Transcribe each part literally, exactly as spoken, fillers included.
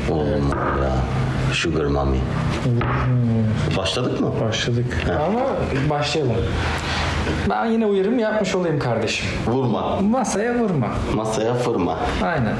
Oğlum ya. Sugar Mommy. Hmm. Başladık mı? Başladık. He. Ama başlayalım. Ben yine uyarım yapmış olayım kardeşim. Vurma. Masaya vurma. Masaya vurma. Aynen.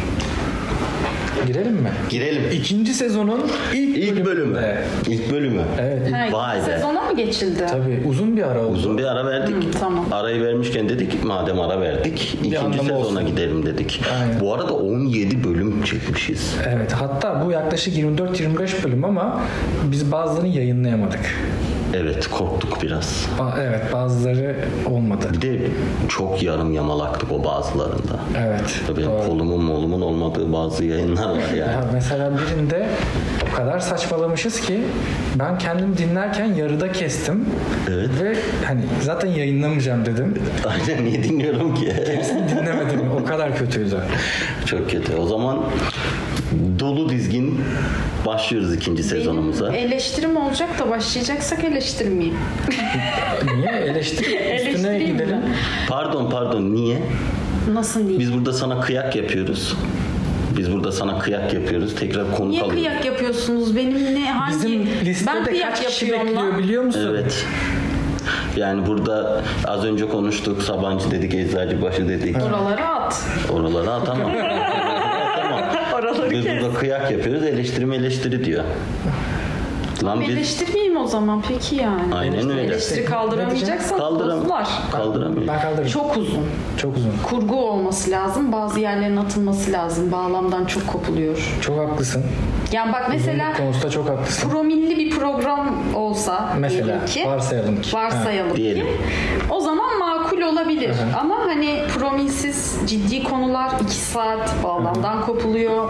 Girelim mi? Girelim. İkinci sezonun ilk, ilk bölümü. İlk bölümü. Evet. Ilk Vay be. Sezona mı geçildi? Tabii uzun bir ara oldu. Uzun bir ara verdik. Hı, tamam. Arayı vermişken dedik madem ara verdik ikinci sezona olsun. Gidelim dedik. Aynen. Bu arada on yedi bölüm çekmişiz. Evet, hatta bu yaklaşık yirmi dört yirmi beş bölüm ama biz bazılarını yayınlayamadık. Evet, korktuk biraz. Ba- evet, bazıları olmadı. Bir de çok yarım yamalaktık o bazılarında. Evet. Tabii kolumun molumun olmadığı bazı yayınlar var yani. Ya mesela birinde o kadar saçmalamışız ki ben kendim dinlerken yarıda kestim. Evet. Ve hani zaten yayınlamayacağım dedim. Aynen, niye dinliyorum ki? Gerisini dinlemedim. O kadar kötüydü. Çok kötü. O zaman dolu dizgin başlıyoruz ikinci Benim sezonumuza. Eleştirim olacak da başlayacaksak eleştirmeyeyim. Niye? Eleştir. Üstüne gidelim. Mi? Pardon pardon niye? Nasıl değil? Biz burada sana kıyak yapıyoruz. Biz burada sana kıyak yapıyoruz. Tekrar konuk Niye alıyoruz. kıyak yapıyorsunuz? Benim ne hangi? Bizim listede ben kıyak kaç kişi yapıyorum bekliyor lan. biliyor musun? Evet. Yani burada az önce konuştuk. Sabancı dedik, Eczacıbaşı dedik. Oraları at. Oraları atamam. Atamam. Oraları Biz kes. burada kıyak yapıyoruz. Eleştirme eleştiri diyor. Lan biz Eleştirmeyeyim o zaman peki yani. Aynen öyle. Eleştiri kaldıramayacaksan Kaldıram bozdular. kaldıramıyor. Ben kaldırırım. Çok uzun. Çok uzun. Kurgu olması lazım. Bazı yerlerin atılması lazım. Bağlamdan çok kopuluyor. Çok haklısın. Yani bak mesela Uzunluk konusunda çok haklısın. promilli bir program olsa Mesela diyelim ki. varsayalım ki. Varsayalım Ha. ki. Diyelim. O zaman makul olabilir. Hı-hı. Ama hani promilsiz ciddi konular iki saat bağlamdan Hı-hı. kopuluyor.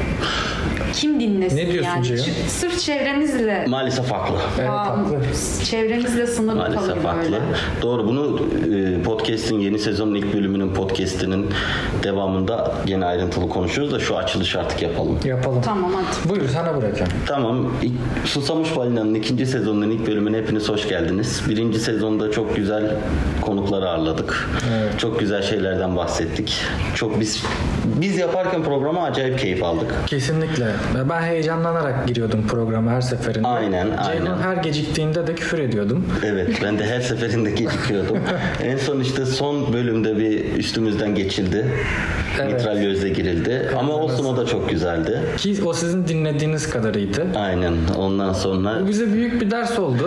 Kim dinlesin Ne diyorsun yani? Ceyhun? Ç- Sırf çevremizle Maalesef haklı. Evet, Aa, haklı. çevremizle sınırlı kalır Maalesef haklı. böyle. Doğru, bunu e, podcast'in yeni sezonun ilk bölümünün podcast'inin devamında gene ayrıntılı konuşuyoruz da şu açılış artık yapalım. Yapalım. Tamam hadi. Buyur, sana bırakıyorum. Tamam. İlk, Susamış Balina'nın ikinci sezonunun ilk bölümüne hepiniz hoş geldiniz. Birinci sezonda çok güzel konukları ağırladık. Evet. Çok güzel şeylerden bahsettik. Çok biz biz yaparken programa acayip keyif aldık. Kesinlikle. Ben heyecanlanarak giriyordum programa her seferinde. Aynen, Ceyhun aynen. her geciktiğinde de küfür ediyordum. Evet, ben de her seferinde gecikiyordum. En son işte son bölümde bir üstümüzden geçildi. Evet. Mitralyözle girildi. Ama olsun, o da çok güzeldi. Ki o sizin dinlediğiniz kadarıydı. Aynen. Ondan sonra Bu bize büyük bir ders oldu.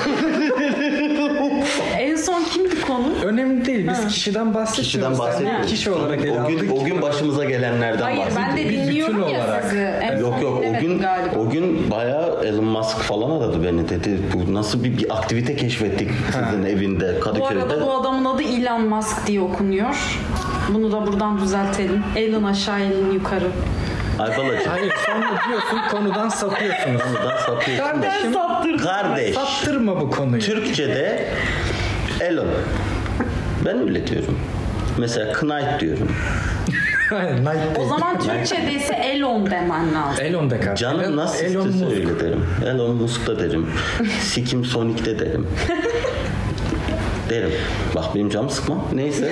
En son kimdi konu? Önemli değil. Biz kişiden bahsetmiyoruz. kişiden bahsediyoruz. Kişi olarak ele o gün aldık. o gün başımıza gelenlerden Hayır bahsediyoruz. ben de Biz dinliyorum bütün ya olarak. sizi. En Yok son yok o dinlemedim gün galiba. o gün bayağı Elon Musk falan aradı beni, dedi bu nasıl bir, bir aktivite keşfettik sizin evinde Bu Kadıköy'de. arada bu adamın adı Elon Musk diye okunuyor. Bunu da buradan düzeltelim. Elon aşağı, Elon yukarı. Aybalacığım. Hayır, sonra diyorsun konudan sapıyorsunuz. Konudan sapıyorsun. Kardeşim, Kardeş. saptırma bu konuyu. Türkçe'de Elon. Ben öyle diyorum. Mesela Knight diyorum. Aynen, Night O değil. zaman Türkçe'de ise Elon demen lazım. Elon de kardeşim. Canım nasıl Elon istiyorsa Musk. öyle derim. Elon Musk da derim. Sikim Sonic de derim. Derim. Bak benim canım sıkma. Neyse.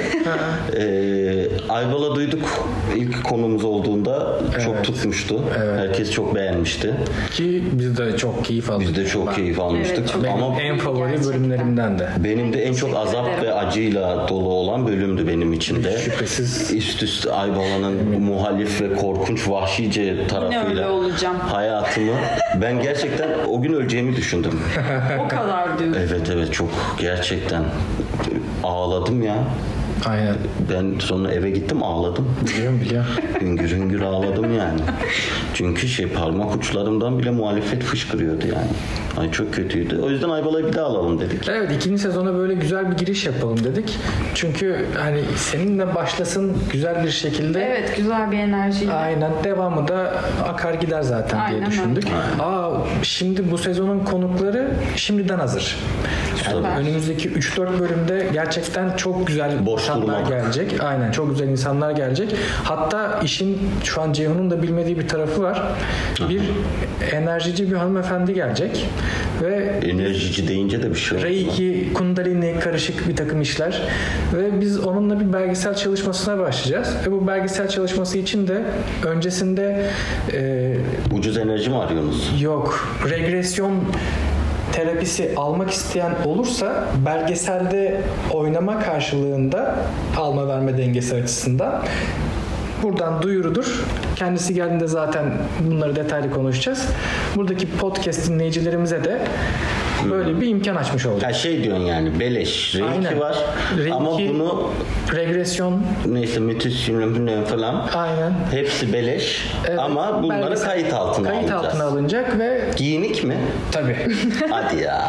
ee, Aybal'a duyduk. İlk konumuz olduğunda çok Evet. tutmuştu. Evet. Herkes çok beğenmişti. Ki biz de çok keyif aldık. Biz de çok Ben- keyif almıştık. Evet, çok Benim Ama en favori Gerçekten. bölümlerimden de. benim de en çok Teşekkür azap ederim. ve acıyla dolu olan bölümdü benim için de. Şüphesiz. Üst üste Aybala'nın muhalif ve korkunç vahşice tarafıyla öyle olacağım. hayatımı ben gerçekten o gün öleceğimi düşündüm. O kadar diyor. Evet evet, çok gerçekten ağladım ya. Aynen. Ben sonra eve gittim, ağladım. Biliyorum biliyorum. Hüngür hüngür ağladım yani. Çünkü şey parmak uçlarımdan bile muhalefet fışkırıyordu yani. Ay çok kötüydü. O yüzden Aybala'yı bir daha alalım dedik. Evet, ikinci sezona böyle güzel bir giriş yapalım dedik. Çünkü hani seninle başlasın güzel bir şekilde. Evet, güzel bir enerjiyle. Aynen, devamı da akar gider zaten Aynen diye düşündük. Aa, şimdi bu sezonun konukları şimdiden hazır. Yani Süper. önümüzdeki üç dört bölümde gerçekten çok güzel Boş insanlar durmadık. gelecek. Aynen, çok güzel insanlar gelecek. Hatta işin şu an Ceyhun'un da bilmediği bir tarafı var. Bir enerjici bir hanımefendi gelecek ve Enerjici deyince de bir şey oldu. Reiki, Kundalini karışık bir takım işler ve biz onunla bir belgesel çalışmasına başlayacağız ve bu belgesel çalışması için de öncesinde e, Ucuz enerji mi arıyorsunuz? Yok. Regresyon terapisi almak isteyen olursa belgeselde oynama karşılığında alma verme dengesi açısından buradan duyurudur. Kendisi geldiğinde zaten bunları detaylı konuşacağız. Buradaki podcast dinleyicilerimize de böyle bir imkan açmış olduk. Ya şey diyorsun yani beleş. Reiki Aynen. var Reiki, ama bunu regresyon neyse müthiş falan aynen. hepsi beleş Evet, ama bunları belgesel- kayıt altına kayıt alacağız. altına alınacak ve Giyinik mi? tabii. Hadi ya.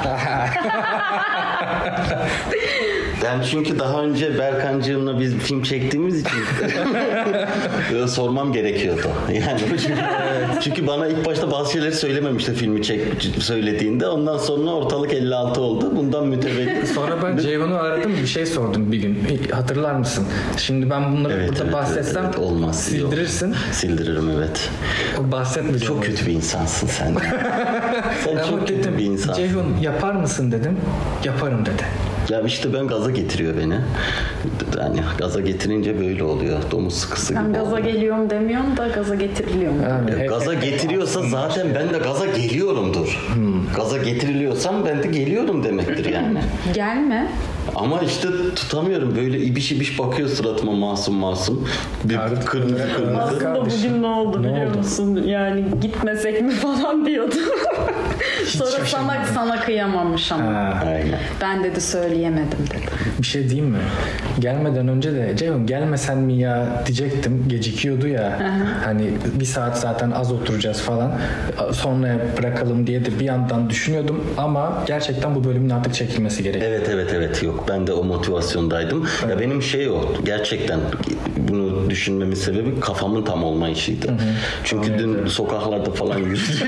Yani çünkü daha önce Berkancığımla biz film çektiğimiz için sormam gerekiyordu. Yani çünkü, çünkü bana ilk başta bazı şeyleri söylememişti filmi çek söylediğinde. Ondan sonra ortalık elli altı oldu. Bundan mütevellit. Sonra ben Ceyhun'u aradım, bir şey sordum bir gün. Hatırlar mısın? Şimdi ben bunları Evet, burada evet, bahsetsem evet, evet. Olmaz, sildirirsin. yok. Sildiririm evet. Bahsetmeyeceğim. Çok kötü bir insansın sen. Sen Ama çok kötü dedim, bir insansın. Ceyhun yapar mısın dedim. Yaparım dedi. Ya işte ben gaza getiriyor beni. Yani gaza getirince böyle oluyor. Domuz sıkısı Ben gibi gaza oluyor. geliyorum demiyorum da gaza getiriliyorum. Yani Ya hep- gaza hep- getiriyorsa zaten ben de gaza geliyorumdur. Gaza getiriliyorsam ben de geliyorum demektir yani. Gelme. Ama işte tutamıyorum. Böyle ibiş ibiş bakıyor suratıma masum masum. Bir Artık kırmızı öyle kırmızı. Aslında kardeşim. bugün ne oldu Ne biliyor oldu? musun? Yani gitmesek mi falan diyordu. Sonra sana, şaşırmadım. sana kıyamamış ama. Ha, Aynen. Ben dedi söyleyemedim dedi. bir şey diyeyim mi? Gelmeden önce de Ceyhun gelmesen mi ya diyecektim. Gecikiyordu ya. Hani bir saat zaten az oturacağız falan. Sonra bırakalım diye de bir yandan düşünüyordum ama gerçekten bu bölümün artık çekilmesi gerekiyor. Evet evet evet yok ben de o motivasyondaydım. Ya benim şey o gerçekten bunu düşünmemin sebebi kafamın tam olmayışıydı. Çünkü Evet, dün evet. sokaklarda falan yürüdüm.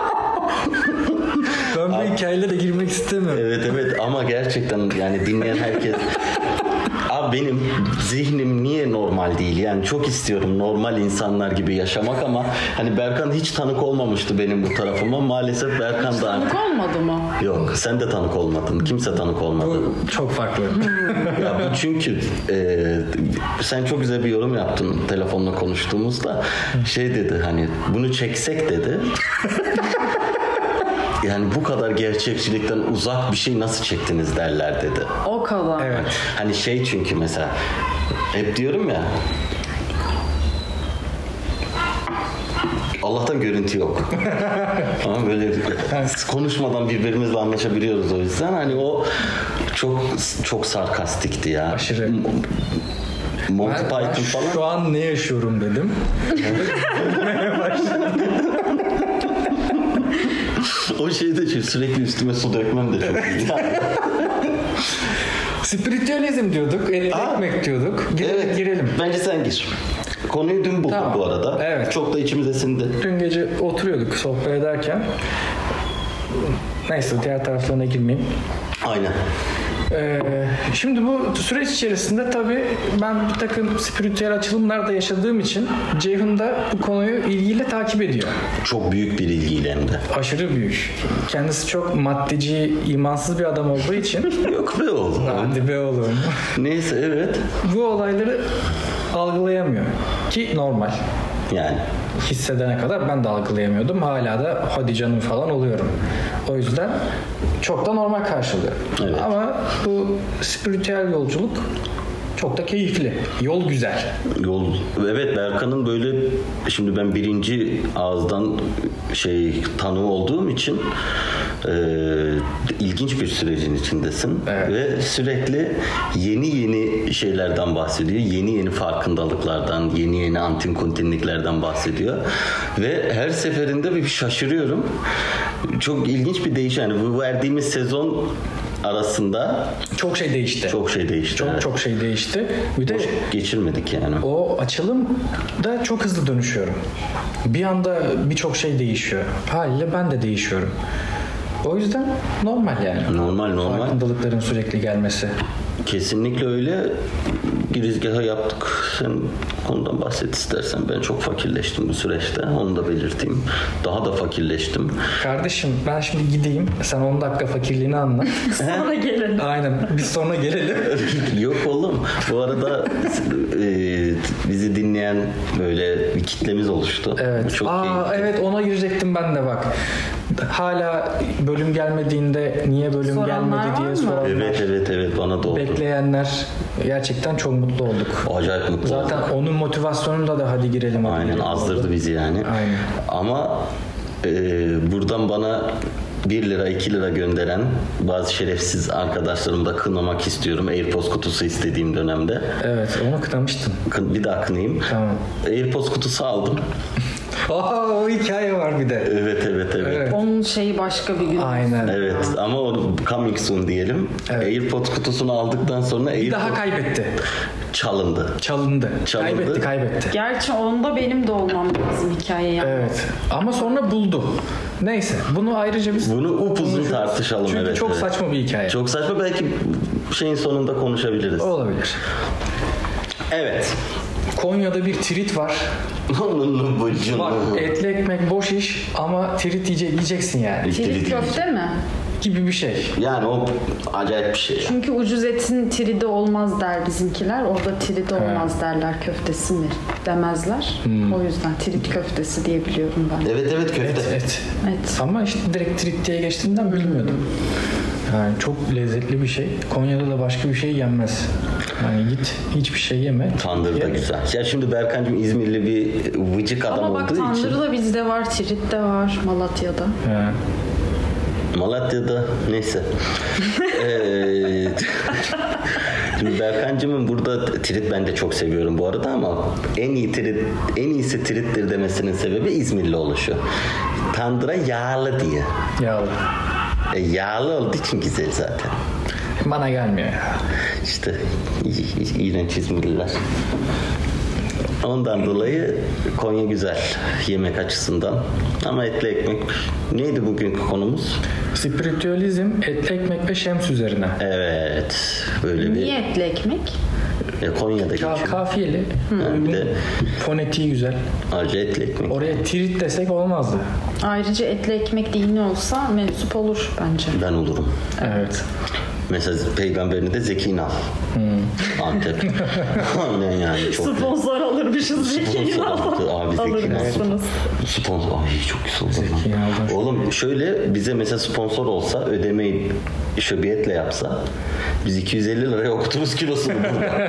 Ben bu hikayelere girmek istemiyorum. Evet evet ama gerçekten yani dinleyen herkes abi benim zihnim niye normal değil yani çok istiyorum normal insanlar gibi yaşamak ama hani Berkan hiç tanık olmamıştı benim bu tarafıma maalesef Berkan da artık Tanık olmadı mı? yok sen de tanık olmadın kimse tanık olmadı. Bu çok farklı. Ya bu çünkü e, sen çok güzel bir yorum yaptın telefonla konuştuğumuzda şey dedi hani bunu çeksek dedi. Yani bu kadar gerçekçilikten uzak bir şey nasıl çektiniz derler dedi. O kadar. Evet. Hani şey çünkü mesela hep diyorum ya Allah'tan görüntü yok. Ama böyle konuşmadan birbirimizle anlaşabiliyoruz o yüzden. Hani o çok çok sarkastikti ya. Aşırı. Monty Ben, Python ben falan. şu an ne yaşıyorum dedim. O şeyde şey, sürekli üstüme su dökmem de çok iyi. Spiritüalizm diyorduk, et Aa. ekmek diyorduk. Girelim, Evet. girelim. Bence sen gir. Konuyu dün bulduk Tamam. bu arada. Evet. Çok da içimize sindi. Dün gece oturuyorduk sohbet ederken. Neyse diğer taraflarına girmeyeyim. Aynen. Ee, şimdi bu süreç içerisinde tabii ben bir takım spiritüel açılımlar da yaşadığım için Ceyhun da bu konuyu ilgiyle takip ediyor. Çok büyük bir ilgiyle hem de. Aşırı büyük. Kendisi çok maddeci, imansız bir adam olduğu için Yok be oğlum. hadi be oğlum. Neyse evet. Bu olayları algılayamıyor. Ki normal. Yani. Hissedene kadar ben de algılayamıyordum. Hala da hadi canım falan oluyorum. O yüzden çok da normal karşılıyorum. Evet. Ama bu spiritüel yolculuk çok da keyifli. Yol güzel. Yol. Evet Berkan'ın böyle şimdi ben birinci ağızdan şey tanığı olduğum için e, ilginç bir sürecin içindesin Evet. ve sürekli yeni yeni şeylerden bahsediyor. Yeni yeni farkındalıklardan, yeni yeni antinkontinliklerden bahsediyor ve her seferinde bir şaşırıyorum. Çok ilginç bir değiş yani bu verdiğimiz sezon arasında Çok şey değişti. çok şey değişti. çok, evet. çok şey değişti. Bir de Boş geçirmedik yani. o açılım da çok hızlı dönüşüyorum. Bir anda birçok şey değişiyor. Haliyle ben de değişiyorum. O yüzden normal yani. Normal normal. Farkındalıkların sürekli gelmesi. Kesinlikle öyle. girizgahı yaptık. Sen ondan bahset istersen. Ben çok fakirleştim bu süreçte. Onu da belirteyim. Daha da fakirleştim. Kardeşim ben şimdi gideyim. Sen on dakika fakirliğini anlat. Sonra gelelim. Aynen. Biz sonra gelelim. Yok oğlum. Bu arada e, bizi dinleyen böyle bir kitlemiz oluştu. Evet. Bu çok Aa, keyifli. evet ona girecektim ben de bak. Hala bölüm gelmediğinde niye bölüm Soranlar gelmedi var diye mı? soranlar. Evet evet evet bana da oldu. Bekleyenler gerçekten çok mutlu olduk. Acayip mutlu Zaten oldum. onun motivasyonunda da hadi girelim. Hadi Aynen girelim azdırdı oldu. bizi yani. Aynen. Ama e, buradan bana bir lira iki lira gönderen bazı şerefsiz arkadaşlarımı da kınamak istiyorum. AirPods kutusu istediğim dönemde. Evet onu kınamıştın. Kın- Bir daha kınayım. Tamam. AirPods kutusu aldım. Aa, o hikaye var bir de. Evet evet evet. Evet. Onun şeyi başka bir gün. Aynen. Evet ama o coming soon diyelim. Evet. AirPods kutusunu aldıktan sonra Bir AirPods daha kaybetti. çalındı. Çalındı. Çalındı. Kaybetti kaybetti. Gerçi onda benim de olmam lazım hikaye yani. Evet. Ama sonra buldu. Neyse. Bunu ayrıca biz Bunu upuzun konuşuruz. tartışalım. Çünkü evet, çok evet. saçma bir hikaye. Çok saçma, belki şeyin sonunda konuşabiliriz. Olabilir. Evet. Konya'da bir trit var. Onun bacını. Bak etli ekmek boş iş ama trit yiyecek, yiyeceksin yani. Tirit köfte mi? Gibi bir şey. Yani o acayip bir şey. Çünkü ucuz etin tridi olmaz der bizimkiler. Orada tridi olmaz derler, köftesi mi demezler. O yüzden trit köftesi diye biliyorum ben. Evet evet köfte. Et, et. Evet. Ama işte direkt trit diye geçtiğinden bilmiyordum. Yani çok lezzetli bir şey. Konya'da da başka bir şey yenmez. Yani git hiçbir şey yeme. Tandır da Ye. güzel. Ya şimdi Berkancığım İzmirli bir vıcık adam Ama bak olduğu tandır için. da bizde var, trit de var Malatya'da. He. Malatya'da neyse. Ee, Şimdi Berkancığımın burada trit ben de çok seviyorum bu arada ama en iyi trit, en iyisi trittir demesinin sebebi İzmirli oluşu. Tandıra yağlı diye. Yağlı. E, yağlı olduğu için güzel zaten. Bana gelmiyor ya. İşte i- i- iğrenç İzmirliler. Ondan dolayı Konya güzel yemek açısından. Ama etli ekmek. Neydi bugünkü konumuz? Spiritüalizm, etli ekmek ve şems üzerine. Evet. Böyle bir Niye etli ekmek? e, Konya'da Ka- geçiyor. kafiyeli. Yani bir de Fonetiği güzel. ayrıca etli ekmek. Oraya trit desek olmazdı. Ayrıca etli ekmek dini olsa mensup olur bence. Ben olurum. Evet. Mesela peygamberini de Zeki Nal. Antep. Aynen yani çok. Sponsor alırmışız Zeki Sponsor aldı. Abi Zeki Nal. Alırmışsınız. Sponsor. Ay çok güzel oldu. Zeki lan. Nal'dan çok Oğlum şöyle bize mesela sponsor olsa ödemeyi şöbiyetle yapsa biz iki yüz elli liraya okuturuz kilosunu burada.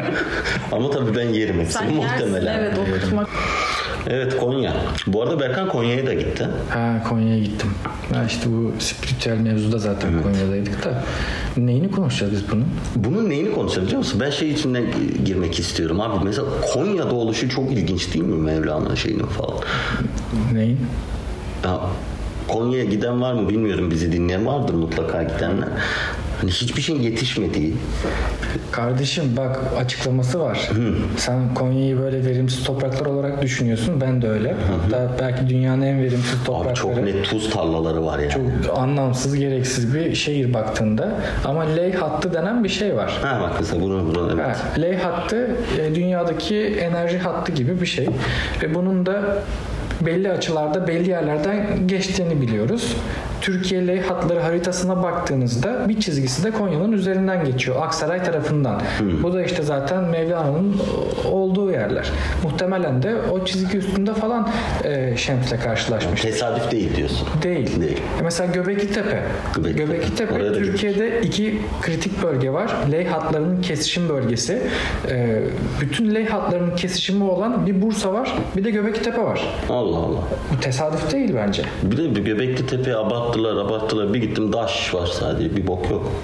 Ama tabii ben yerim hepsini Sen yersin, muhtemelen. evet, okutmak. Evet Konya. Bu arada Berkan Konya'ya da gitti. Ha Konya'ya gittim. Ha işte bu spiritüel mevzuda zaten Konya'daydık da. Neyini konuşacağız biz bunun? Bunun neyini konuşalım biliyor musun? Ben şey içinden girmek istiyorum abi. Mesela Konya'da oluşu çok ilginç değil mi Mevlana şeyinin falan? Neyin? Ya, Konya'ya giden var mı bilmiyorum, bizi dinleyen vardır mutlaka gidenler. Hani hiçbir şeyin yetişmediği. Kardeşim bak açıklaması var. Sen Konya'yı böyle verimsiz topraklar olarak düşünüyorsun. Ben de öyle. Hatta belki dünyanın en verimsiz Abi toprakları. çok net tuz tarlaları var yani. Çok anlamsız, gereksiz bir şehir baktığında. Ama Ley hattı denen bir şey var. Ha bak mesela bunun, bunun evet. Ha, Ley hattı e, dünyadaki enerji hattı gibi bir şey. Ve bunun da belli açılarda belli yerlerden geçtiğini biliyoruz. Türkiye Ley hatları haritasına baktığınızda bir çizgisi de Konya'nın üzerinden geçiyor. Aksaray tarafından. Hmm. Bu da işte zaten Mevlana'nın olduğu yerler. Muhtemelen de o çizgi üstünde falan e, Şems'le karşılaşmış. Tesadüf değil diyorsun. Değil. Değil. E Mesela Göbekli Tepe. Göbekli Göbekli Tepe. Tepe Oraya da Türkiye'de iki kritik bölge var. Ley hatlarının kesişim bölgesi. E, bütün ley hatlarının kesişimi olan bir Bursa var. Bir de Göbekli Tepe var. Allah Allah. Bu tesadüf değil bence. Bir de bir Göbekli Tepe'ye abarttılar abarttılar. Bir gittim daş var sadece, bir bok yok.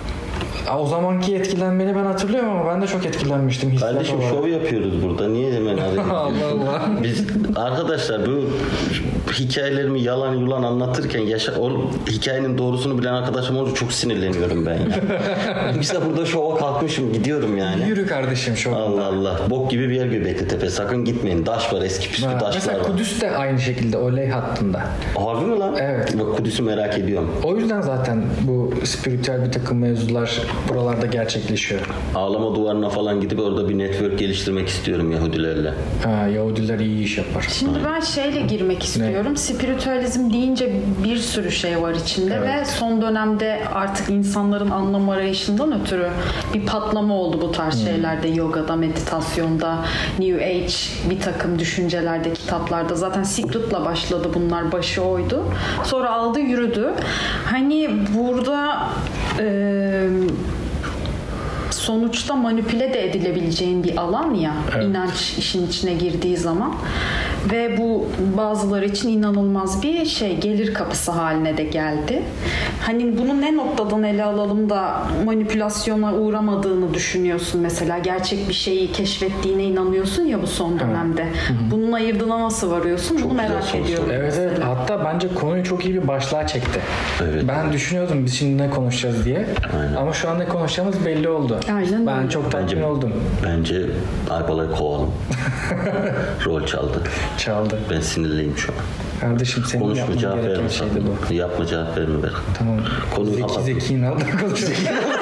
Ya o zamanki etkilenmeni ben hatırlıyorum ama ben de çok etkilenmiştim. hissiyat Kardeşim olarak. şov yapıyoruz burada. Niye hemen araya Allah Allah. Biz arkadaşlar bu hikayelerimi yalan yulan anlatırken yaşa, o hikayenin doğrusunu bilen arkadaşım olunca çok sinirleniyorum ben ya. Biz de burada şova kalkmışım gidiyorum yani. Yürü kardeşim şov. Allah Allah. Bok gibi bir yer Göbekli Tepe. Sakın gitmeyin. Daş var. Eski püskü Ha, taşlar Mesela var. Kudüs de aynı şekilde o ley hattında. Harbi mi lan? Evet. Bak Kudüs'ü merak ediyorum. O yüzden zaten bu spiritüel bir takım mevzular buralarda gerçekleşiyor. Ağlama duvarına falan gidip orada bir network geliştirmek istiyorum Yahudilerle. Ha, Yahudiler iyi iş yapar. Şimdi ben şeyle girmek istiyorum. Spiritüalizm deyince bir sürü şey var içinde Evet. ve son dönemde artık insanların anlam arayışından ötürü bir patlama oldu bu tarz Hmm. şeylerde. Yogada, meditasyonda, New Age bir takım düşüncelerde, kitaplarda. Zaten Secret'la başladı bunlar. Başı oydu. Sonra aldı yürüdü. Hani burada e, sonuçta manipüle de edilebileceğin bir alan ya, Evet. inanç işin içine girdiği zaman ve bu bazıları için inanılmaz bir şey, gelir kapısı haline de geldi. Hani bunu ne noktadan ele alalım da manipülasyona uğramadığını düşünüyorsun mesela, gerçek bir şeyi keşfettiğine inanıyorsun ya bu son dönemde. Bunun ayırdığına nasıl varıyorsun? Bunu güzel merak soru ediyorum. sordun. Evet, evet. Hatta bence konuyu çok iyi bir başlığa çekti. Evet. Ben düşünüyordum biz şimdi ne konuşacağız diye. Aynen. Ama şu an ne konuşacağımız belli oldu. Aynen Ben öyle. çok tatmin Bence, oldum. bence Aybala'yı kovalım. Rol çaldı. Çaldı. Ben sinirliyim şu an. Kardeşim senin Konuşma, yapman cevap gereken verme. şeydi bu. Yapma, cevap verme ver. Tamam. Konuyu Zeki kapat. Zeki İnal'dan konuşuyoruz.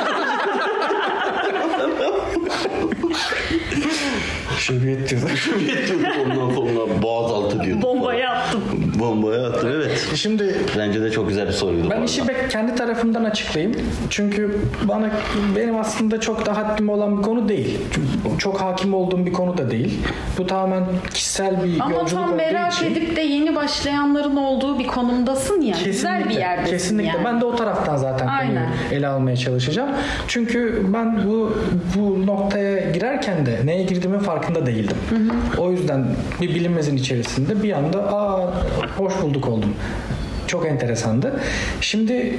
Şöbiyet diyorlar. Ondan sonra boğaz altı diyordum. Bombayı attım. Bombaya attım, evet. Şimdi Bence de çok güzel bir soruydu. bu ben arada. işi be- kendi tarafımdan açıklayayım. Çünkü bana benim aslında çok da haddim olan bir konu değil. Çünkü çok hakim olduğum bir konu da değil. Bu tamamen kişisel bir Ama yolculuk tam olduğu merak için. edip de yeni başlayanların olduğu bir konumdasın ya. Güzel bir yerdesin Kesinlikle. yani. Ben de o taraftan zaten Aynen. konuyu ele almaya çalışacağım. Çünkü ben bu bu noktaya girerken de neye girdiğimin farkında değildim. O yüzden bir bilinmezin içerisinde bir anda aa hoş bulduk oldum. Çok enteresandı. Şimdi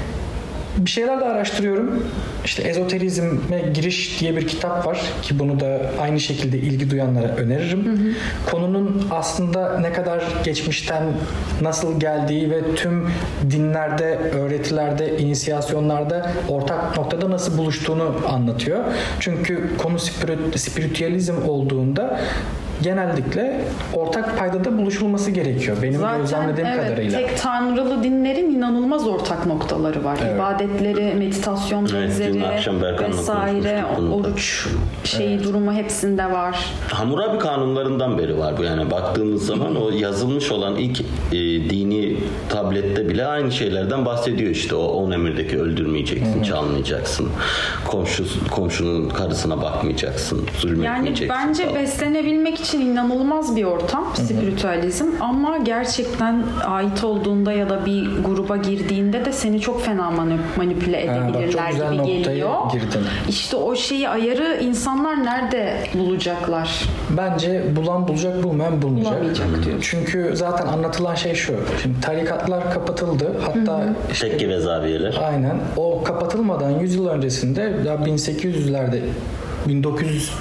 bir şeyler de araştırıyorum. İşte Ezoterizme Giriş diye bir kitap var ki bunu da aynı şekilde ilgi duyanlara öneririm. Hı hı. Konunun aslında ne kadar geçmişten nasıl geldiği ve tüm dinlerde, öğretilerde, inisiyasyonlarda ortak noktada nasıl buluştuğunu anlatıyor. Çünkü konu spirit, spiritüalizm olduğunda genellikle ortak paydada buluşulması gerekiyor. Benim Zaten gözlemlediğim evet, kadarıyla. tek tanrılı dinlerin inanılmaz ortak noktaları var. Evet. İbadetleri, meditasyon Evet, benzeri dün akşam Berkan'la vesaire, konuşmuştuk bunu da. oruç şeyi durumu hepsinde var. Hammurabi kanunlarından beri var bu, yani baktığımız zaman o yazılmış olan ilk e, dini tablette bile aynı şeylerden bahsediyor, işte o on emirdeki öldürmeyeceksin, Hı-hı. çalmayacaksın, komşu komşunun karısına bakmayacaksın, Yani zulmetmeyeceksin. bence falan. beslenebilmek için inanılmaz bir ortam spiritüalizm, ama gerçekten ait olduğunda ya da bir gruba girdiğinde de seni çok fena mani- manipüle Ha, bak, çok edebilirler güzel gibi noktaya geliyor. girdin. İşte o şeyi, ayarı insanlar nerede bulacaklar? Bence bulan bulacak, bulmayan bulmayacak. Bulamayacak diyorsun. Çünkü zaten anlatılan şey şu. Şimdi tarikatlar kapatıldı. Hatta işte Tekke ve zaviyeler. aynen o kapatılmadan yüz yıl öncesinde ya bin sekiz yüzlerde bin dokuz yüz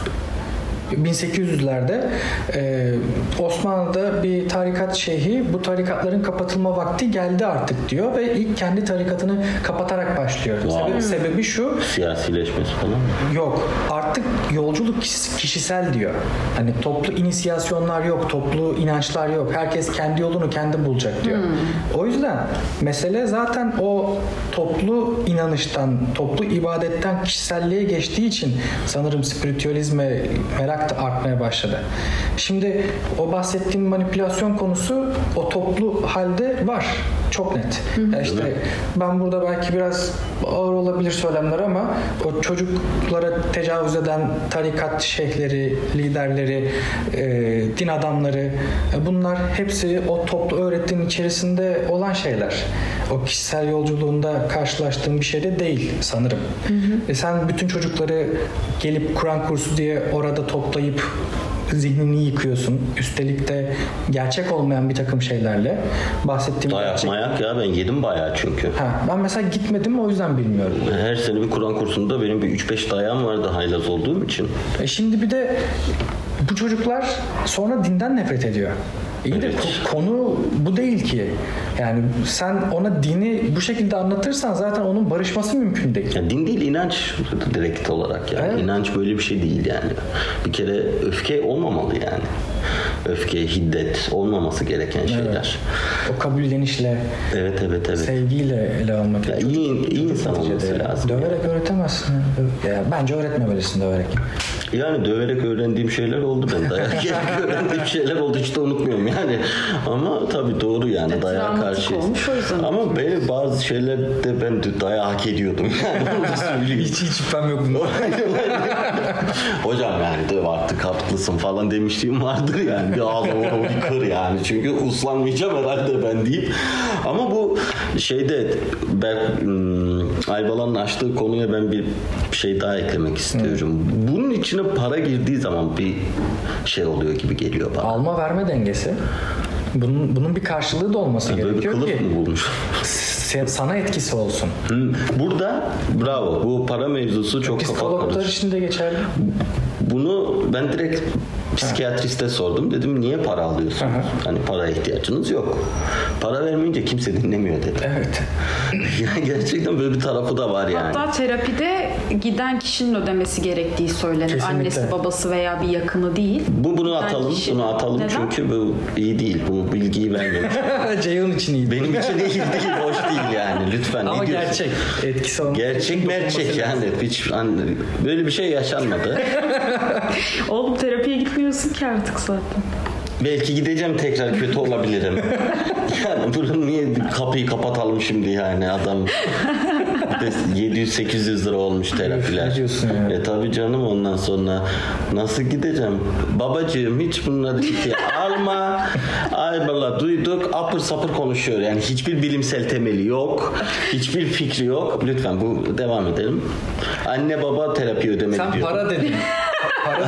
bin sekiz yüzlerde e, Osmanlı'da bir tarikat şeyhi bu tarikatların kapatılma vakti geldi artık diyor ve ilk kendi tarikatını kapatarak başlıyor. Wow. Sebebi, sebebi şu. Siyasileşmesi falan. Yok. Artık yolculuk kişis- kişisel diyor. Hani toplu inisiyasyonlar yok, toplu inançlar yok. Herkes kendi yolunu kendi bulacak diyor. O yüzden mesele zaten o toplu inanıştan, toplu ibadetten kişiselliğe geçtiği için sanırım spiritüalizme merak da artmaya başladı. Şimdi o bahsettiğim manipülasyon konusu o toplu halde var. Çok net. Ya işte ben burada belki biraz ağır olabilir söylemler ama o çocuklara tecavüz eden tarikat şeyhleri, liderleri, e, din adamları, e, bunlar hepsi o toplu öğretinin içerisinde olan şeyler. O kişisel yolculuğunda karşılaştığım bir şey de değil sanırım. Hı hı. E sen bütün çocukları gelip Kur'an kursu diye orada toplayıp zihnini yıkıyorsun. Üstelik de gerçek olmayan bir takım şeylerle bahsettiğim Dayak gerçek... mayak ya, ben yedim bayağı çünkü. Ha, ben mesela gitmedim, o yüzden bilmiyorum. Her sene bir Kur'an kursunda benim bir üç beş dayağım vardı haylaz olduğum için. E şimdi bir de bu çocuklar sonra dinden nefret ediyor. İyi Evet. de ko- konu bu değil ki. Yani sen ona dini bu şekilde anlatırsan zaten onun barışması mümkün değil. Ya din değil, inanç direkt olarak yani. Evet. İnanç böyle bir şey değil yani. Bir kere öfke olmamalı yani. Öfke, hiddet olmaması gereken şeyler. Evet. O kabullenişle, Evet evet evet. sevgiyle ele almak. Ya iyi, iyi insan olması lazım. Döverek öğretemezsin. Ya bence öğretmemelisin döverek. Yani döverek öğrendiğim şeyler oldu, ben dayak yerek öğrendiğim şeyler oldu, hiç de unutmuyorum yani. Ama tabii doğru yani, Evet, dayağa travmatik karşıyız. olmuş, o yüzden. Ama benim bazı şeylerde ben de dayağı hak ediyordum yani, onu da söyleyeyim. Hiç hiç şüphem yok bunda. Hocam yani döv artık, haklısın falan demişliğim vardır yani. Bir ağzı onu bir kır yani. Çünkü uslanmayacağım herhalde ben deyip. Ama bu şeyde ben ım, Aybalan'ın açtığı konuya ben bir şey daha eklemek istiyorum. Hmm. Bunun içine para girdiği zaman bir şey oluyor gibi geliyor bana. Alma verme dengesi. Bunun bunun bir karşılığı da olması Böyle bir gerekiyor kılıf ki mı bulmuş? se- sana etkisi olsun. Hmm. Burada bravo. Bu para mevzusu çok kafa Psikologlar karıştı. için de geçerli. Bunu ben direkt psikiyatriste sordum. Dedim niye para alıyorsunuz? Hı hı. Hani para ihtiyacınız yok. Para vermeyince kimse dinlemiyor dedi. Evet. Yani gerçekten böyle bir tarafı da var yani. Hatta terapide giden kişinin ödemesi gerektiği söylenir. Kesinlikle. Annesi, babası veya bir yakını değil. Bu bunu Giden atalım, kişi- bunu atalım Neden? çünkü bu iyi değil. Bu bilgiyi vermemiş. Ceyhun için iyi. Benim için iyi değil, hoş değil yani. Lütfen. Ama ne diyorsun? gerçek. Etkisi olması Gerçek için merçek dokunması yani. lazım. Hiç hani, böyle bir şey yaşanmadı. Oğlum terapiye gitmiyorsun ki artık zaten. Belki gideceğim tekrar, kötü olabilirim. Yani bunu niye kapıyı kapatalım şimdi yani, adam bir de yedi yüz sekiz yüz lira olmuş terapiler. Ne diyorsun ya? E tabii canım, ondan sonra nasıl gideceğim? Babacığım hiç bunları ciddiye alma. Aybala duyduk, apır sapır konuşuyor. Yani hiçbir bilimsel temeli yok. Hiçbir fikri yok. Lütfen bu devam edelim. Anne baba terapi ödemeli Sen diyor. para dedin. Para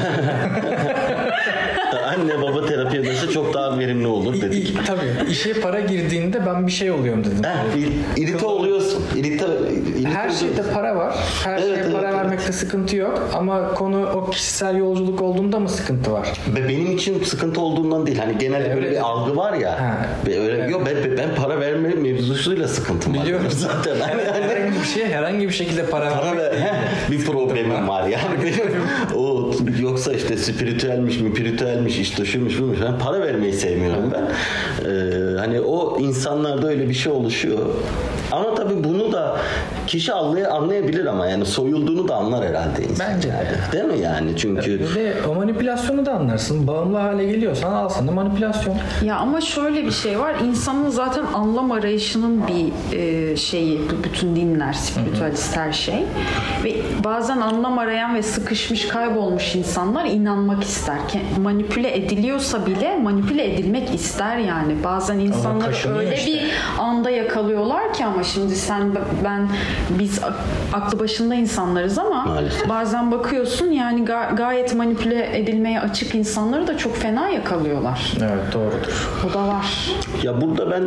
Anne baba terapi ödese çok daha verimli olur dedik. İ- tabii. İşe para girdiğinde ben bir şey oluyorum dedim. Heh, ir- irite oluyorsun. İrite, irite Her şeyde para var. Her Evet, şeye evet, para evet. vermekte sıkıntı yok. Ama konu o kişisel yolculuk olduğunda mı sıkıntı var? Ve benim için sıkıntı olduğundan değil. Hani genelde Evet. böyle bir algı var ya. Ha. Ve öyle Evet. yok, ben, ben para verme mevzusuyla sıkıntım var. Biliyorum. Zaten. Hani, hani, Herhangi bir şeye herhangi bir şekilde para, para vermek ver, değil. heh, bir problemim var yani benim. O yoksa işte spiritüelmiş mi, piritüelmiş, işte şuymuş buymuş. Ben para vermeyi sevmiyorum ben. Ee, hani o insanlarda öyle bir şey oluşuyor. Ama tabii bunu da kişi anlay- anlayabilir ama yani soyulduğunu da anlar herhalde insan. Bence de. Yani. Değil mi yani? Çünkü Bir de o manipülasyonu da anlarsın. Bağımlı hale geliyorsan al sana manipülasyon. Ya ama şöyle bir şey var. İnsanın zaten anlam arayışının bir e, şeyi. bu Bütün dinler, spiritüalist her şey. Ve bazen anlam arayan ve sıkışmış, kaybolmuş insanlar inanmak ister. Ke- Manipüle ediliyorsa bile manipüle edilmek ister yani. Bazen insanlar kaşınıyor öyle işte. bir anda yakalıyorlar ki, ama şimdi sen ben biz aklı başında insanlarız ama Maalesef. bazen bakıyorsun yani ga- gayet manipüle edilmeye açık insanları da çok fena yakalıyorlar. Evet, doğrudur. Bu da var. ya burada ben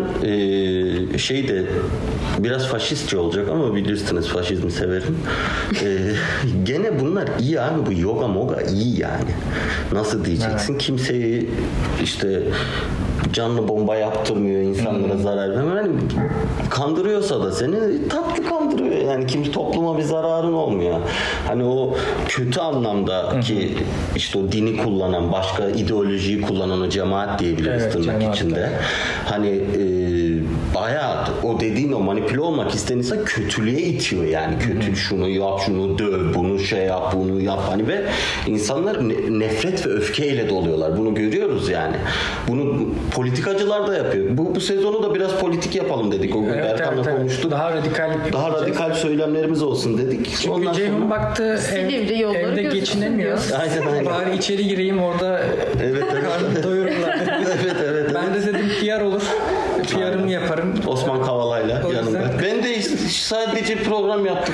e, şey de biraz faşistçe olacak ama bilirsiniz faşizmi severim. E, gene bunlar iyi abi, bu yoga moga iyi yani. Nasıl diyeceksin? Evet. Kimseyi işte canlı bomba yaptırmıyor, insanlara Hmm. zarar vermiyor. Yani kandırıyorsa da seni tatlı kandırıyor. Yani kimse, topluma bir zararın olmuyor. Hani o kötü anlamda ki işte o dini kullanan, başka ideolojiyi kullanan o cemaat diyebiliriz Evet, tırnak cemaat, içinde. evet. Hani e, bayağı o dediğin o manipüle olmak isteyen insan kötülüğe itiyor yani. Kötü şunu yap, şunu döv, bunu şey yap, bunu yap. Hani ve insanlar ne- nefret ve öfkeyle doluyorlar. Bunu görüyoruz yani. Bunu politikacılar da yapıyor. Bu, bu sezonu da biraz politik yapalım dedik. O gün Evet, Berkan'la evet, evet. konuştuk. Daha radikal. Daha radikal söylemlerimiz olsun dedik. Çünkü Ondan Ceyhun sonra... baktı ev, Silivri yolları evde gözüksün geçinemiyor. diyor. Aynen, aynen. Bari içeri gireyim orada Evet, evet. karnımı doyururlar. evet, evet, Ben de dedim P R olur. P R'ımı yaparım. Osman Kavala'yla O yüzden- yanımda. Ben de sadece program yaptık.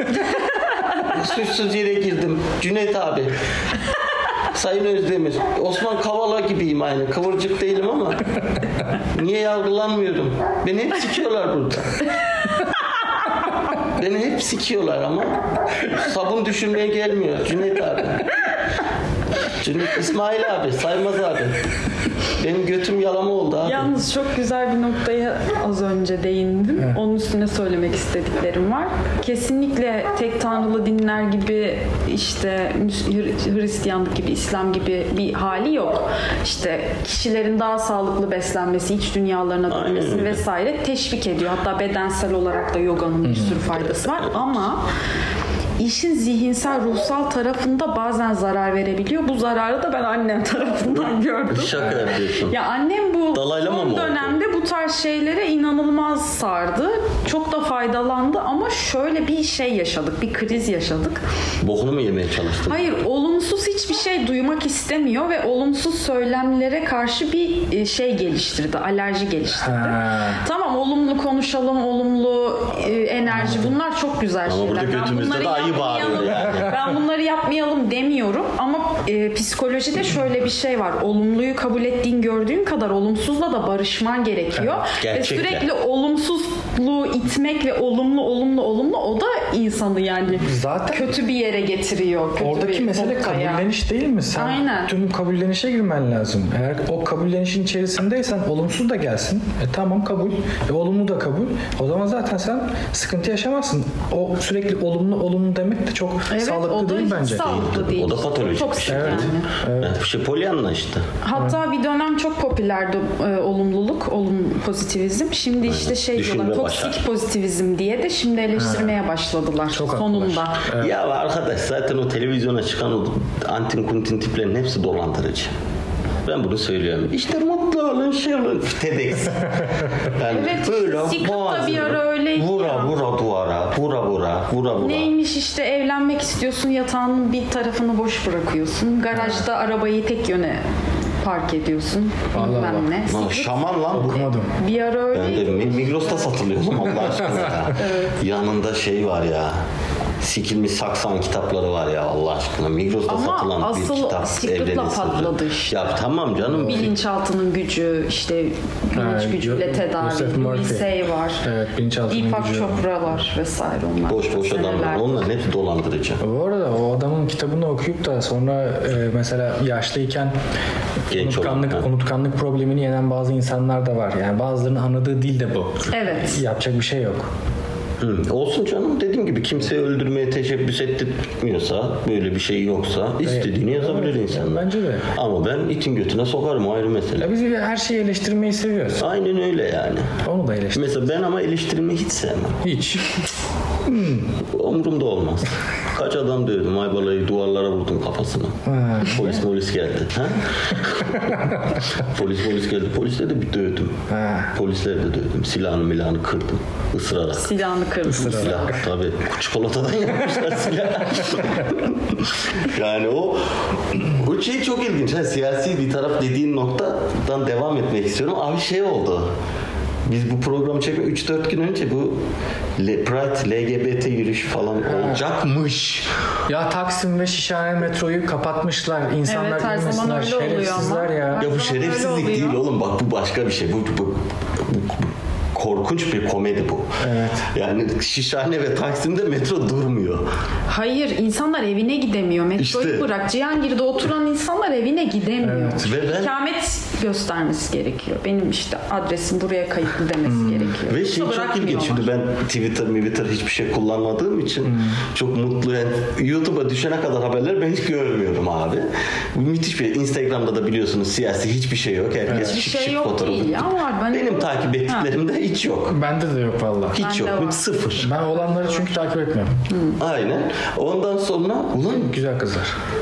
Suçsuz yere girdim. Cüneyt abi. Sayın Özdemir. Osman Kavala gibiyim aynı. Kıvırcık değilim ama. Niye yargılanmıyorum? Beni hep sikiyorlar burada. Beni hep sikiyorlar ama sabun düşürmeye gelmiyor Cüneyt abi. Cüneyt İsmail abi, Saymaz abi. Benim götüm yalama oldu abi. Yalnız çok güzel bir noktaya az önce değindim. Evet. Onun üstüne söylemek istediklerim var. Kesinlikle tek tanrılı dinler gibi, işte Hristiyanlık gibi, İslam gibi bir hali yok. İşte kişilerin daha sağlıklı beslenmesi, iç dünyalarına dönmesini vesaire teşvik ediyor. Hatta bedensel olarak da yoganın bir sürü faydası var. Ama İşin zihinsel, ruhsal tarafında bazen zarar verebiliyor. Bu zararı da ben annem tarafından gördüm. Şaka yapıyorsun. Ya annem bu Dalaylama son dönemde bu tarz şeylere inanılmaz sardı. Çok da faydalandı ama şöyle bir şey yaşadık. Bir kriz yaşadık. Bokunu mu yemeye çalıştın? Hayır, olumsuz hiçbir şey duymak istemiyor ve olumsuz söylemlere karşı bir şey geliştirdi. Alerji geliştirdi. Ha. Tamam, olumlu konuşalım, olumlu enerji, bunlar çok güzel ama şeyler. Ama burada götümüzde de ayı bağırıyor yani. Ben bunları yapmayalım demiyorum ama e, psikolojide şöyle bir şey var. Olumluyu kabul ettiğin, gördüğün kadar olumsuzla da barışman gerekiyor. Evet, ve sürekli olumsuzluğu itmek ve olumlu olumlu olumlu, o da insanı yani zaten kötü bir yere getiriyor. Kötü oradaki bir mesele noktaya. Kabulleniş değil mi? Sen Aynen. tüm kabullenişe girmen lazım. Eğer o kabullenişin içerisindeysen olumsuz da gelsin. E tamam, kabul. E, olumlu da kabul. O zaman zaten sen sıkıntı yaşamazsın. O sürekli olumlu olumlu demek de çok evet, sağlıklı değil bence. Sağlıklı değil. O da patolojik. Toksik evet. yani. Evet. Yani bir şey polyanla işte. Hatta evet. bir dönem çok popülerdi e, olumluluk, olum pozitivizm. Şimdi işte şey Düşünme diyorlar, toksik başlar. pozitivizm diye de şimdi eleştirmeye ha. başladılar çok sonunda. Evet. Ya arkadaş, zaten o televizyona çıkan o antin kuntin tiplerin hepsi dolandırıcı. Ben bunu söylüyorum. İşte mutlu olun, şey olun. TEDx. Yani evet, böyle Secret'ta bir ara öyleydi. Vura ya. vura duvara, vura vura, vura vura. Neymiş işte, evlenmek istiyorsun, yatağının bir tarafını boş bırakıyorsun. Garajda ha. arabayı tek yöne park ediyorsun. Bilmem ne. Lan, şaman lan bu. Okumadım. Bir ara öyleydi. Ben de Migros'ta satılıyordum Allah aşkına ya. Evet. Yanında şey var ya. Sikilmiş saksan kitapları var ya Allah aşkına. Migros'ta ama satılan bir kitap. Ama asıl Secret'la patladı işte. Ya tamam canım. Bilinçaltının gücü, işte bilinç ha, gücüyle tedavi. Louis Hay var. Evet, bilinçaltının gücü. Deepak Chopra var vesaire onlar. Boş boş adamlar. Onlar hepsi dolandırıcı. Bu arada o adamın kitabını okuyup da sonra e, mesela yaşlıyken Genç unutkanlık, olan, unutkanlık problemini yenen bazı insanlar da var. Yani bazılarının anladığı dil de bu. Evet. Yapacak bir şey yok. Hı, olsun canım, dediğim gibi kimseyi öldürmeye teşebbüs ettirmiyorsa, böyle bir şey yoksa istediğini evet. yazabilir evet, insanlar. Bence de. Ama ben itin götüne sokarım, ayrı mesele. Ya biz her şeyi eleştirmeyi seviyoruz. Aynen öyle yani. Onu da eleştir. Mesela ben ama eleştirmeyi hiç sevmem. Hiç. hmm. Umurumda olmaz. Kaç adam dövdüm, Aybala'yı duvarlara vurdum kafasına. Ha. Polis polis geldi. Ha? polis polis geldi. Polisle de bir dövdüm. Ha. Polisleri de dövdüm. Silahını milahını kırdım. Isırarak. Silahını kırdım. Isırarak. Silah tabii. Çikolatadan yapmışlar silah. Yani o o şey çok ilginç. Ha, siyasi bir taraf dediğin noktadan devam etmek istiyorum. Abi şey oldu. Biz bu programı çekme üç dört gün önce bu Pride, L G B T yürüyüşü falan ha. olacakmış. Ya Taksim ve Şişhane metroyu kapatmışlar. İnsanlar evet, her zaman öyle şerefsizler oluyor ya. Her ya bu şerefsizlik değil oğlum. Bak bu başka bir şey. Bu, bu, bu, bu korkunç bir komedi bu. Evet. Yani Şişhane ve Taksim'de metro durmuyor. Hayır, insanlar evine gidemiyor. Metroyu işte, bırak. Cihangir'de oturan insanlar evine gidemiyor. Evet. Ve ben, İkamet göstermesi gerekiyor. Benim işte adresim buraya kayıtlı demesi hmm. gerekiyor. Ve şey çok ilginç. Şimdi ben Twitter, Twitter hiçbir şey kullanmadığım için hmm. çok mutlu. Yani YouTube'a düşene kadar haberler ben hiç görmüyorum abi. Müthiş bir. Instagram'da da biliyorsunuz siyasi hiçbir şey yok. Herkes evet. şık şey şık yok fotoğrafı. Değil ya, var. Ben Benim yok. takip ettiklerimde ha. hiç yok. Bende de yok vallahi. Hiç Bende yok. Var. Sıfır. Ben olanları çünkü takip etmiyorum. Hmm. Aynen. Ondan sonra ulan güzel kızlar.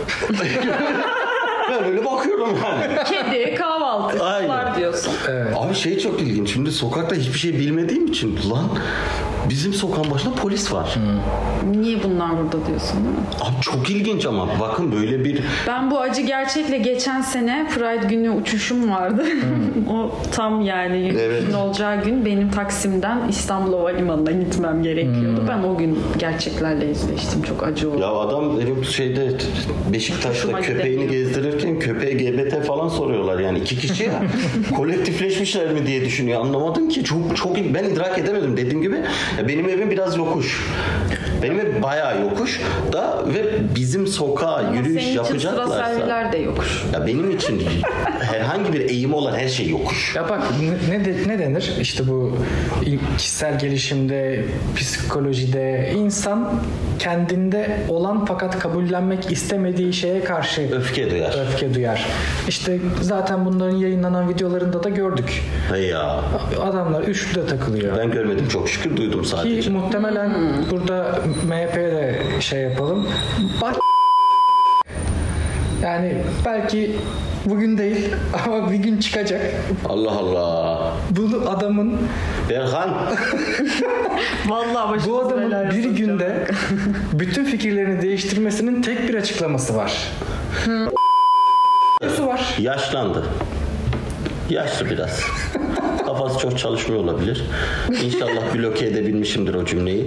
Ben öyle bakıyorum yani. Kedi, kahvaltı, kızlar diyorsun. Evet. Abi şey çok ilginç. Şimdi sokakta hiçbir şey bilmediğim için lan bizim sokağın başında polis var. Hmm. Niye bunlar burada diyorsun değil mi? Abi çok ilginç ama bakın böyle bir... Ben bu acı gerçekle geçen sene Pride günü uçuşum vardı. Hmm. O tam yani evet. gün olacağı gün benim Taksim'den İstanbul Havalimanı'na gitmem gerekiyordu. Hmm. Ben o gün gerçeklerle yüzleştim. Çok acı oldu. Ya adam benim şeyde Beşiktaş'ta köpeğini gezdirirken köpeğe G B T falan soruyorlar. Yani iki kişi ya. Kolektifleşmişler mi diye düşünüyor. Anlamadım ki. Çok çok ben idrak edemedim dediğim gibi. Ya benim evim biraz yokuş. Benim ev bayağı yokuş da ve bizim sokağa Ama yürüyüş senin için sıra yapacaklarsa serviler de yokuş. ya benim için herhangi bir eğimi olan her şey yokuş. Ya bak ne, ne, de, ne denir? İşte bu kişisel gelişimde, psikolojide insan kendinde olan fakat kabullenmek istemediği şeye karşı Öfke duyar. öfke duyar. İşte zaten bunların yayınlanan videolarında da gördük. Hey ya. Adamlar üçlüde takılıyor. Ben görmedim, çok şükür duydum sadece. Ki muhtemelen hmm. burada M H P'ye de şey yapalım. Bak yani belki bugün değil ama bir gün çıkacak. Allah Allah. Bu adamın Berhan. Vallahi bu adamın bir günde bütün fikirlerini değiştirmesinin tek bir açıklaması var. Hı. var. Yaşlandı. Yaşlı biraz. Kafası çok çalışmıyor olabilir. İnşallah bloke edebilmişimdir o cümleyi.